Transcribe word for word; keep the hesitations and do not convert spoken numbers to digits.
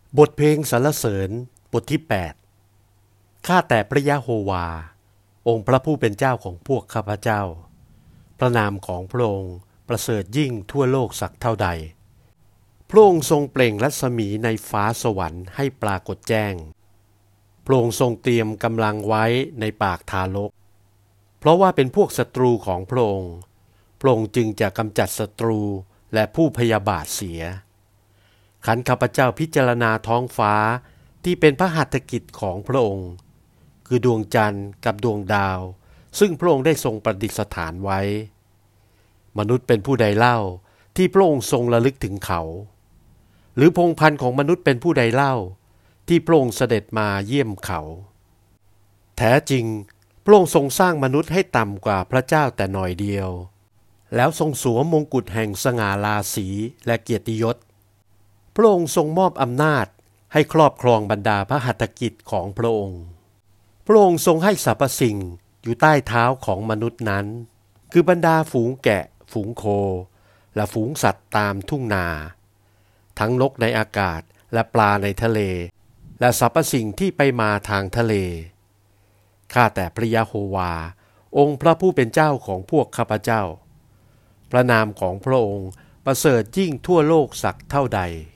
บทเพลงสรรเสริญบทที่แปดข้าแต่พระยะโฮวาองค์พระผู้เป็นเจ้าของพวกข้าพเจ้าพระนามของพระองค์ประเสริฐยิ่งทั่วโลกสักเท่าใดพระองค์ทรงเปล่งรัศมีในฟ้าสวรรค์ให้ปรากฏแจ้งพระองค์ทรงเตรียมกำลังไว้ในปากทารกเพราะว่าเป็นพวกศัตรูของพระองค์พระองค์จึงจะกำจัดศัตรูและผู้พยาบาทเสียขันข้าพเจ้าพิจารณาท้องฟ้าที่เป็นพระหัตถกิจของพระองค์คือดวงจันทร์กับดวงดาวซึ่งพระองค์ได้ทรงประดิษฐานไว้มนุษย์เป็นผู้ใดเล่าที่พระองค์ทรงระลึกถึงเขาหรือพงศ์พันธุ์ของมนุษย์เป็นผู้ใดเล่าที่พระองค์เสด็จมาเยี่ยมเขาแท้จริงพระองค์ทรงสร้างมนุษย์ให้ต่ำกว่าพระเจ้าแต่หน่อยเดียวแล้วทรงสวมมงกุฎแห่งสง่าราศีและเกียรติยศพระองค์ทรงมอบอำนาจให้ครอบครองบรรดาพระหัตถกิจของพระองค์พระองค์ทรงให้สรรพสิ่งอยู่ใต้เท้าของมนุษย์นั้นคือบรรดาฝูงแกะฝูงโคและฝูงสัตว์ตามทุ่งนาทั้งนกในอากาศและปลาในทะเลและสรรพสิ่งที่ไปมาทางทะเลข้าแต่พระยะโฮวาองค์พระผู้เป็นเจ้าของพวกข้าพเจ้าพระนามของพระองค์ประเสริฐยิ่งทั่วโลกสักเท่าใด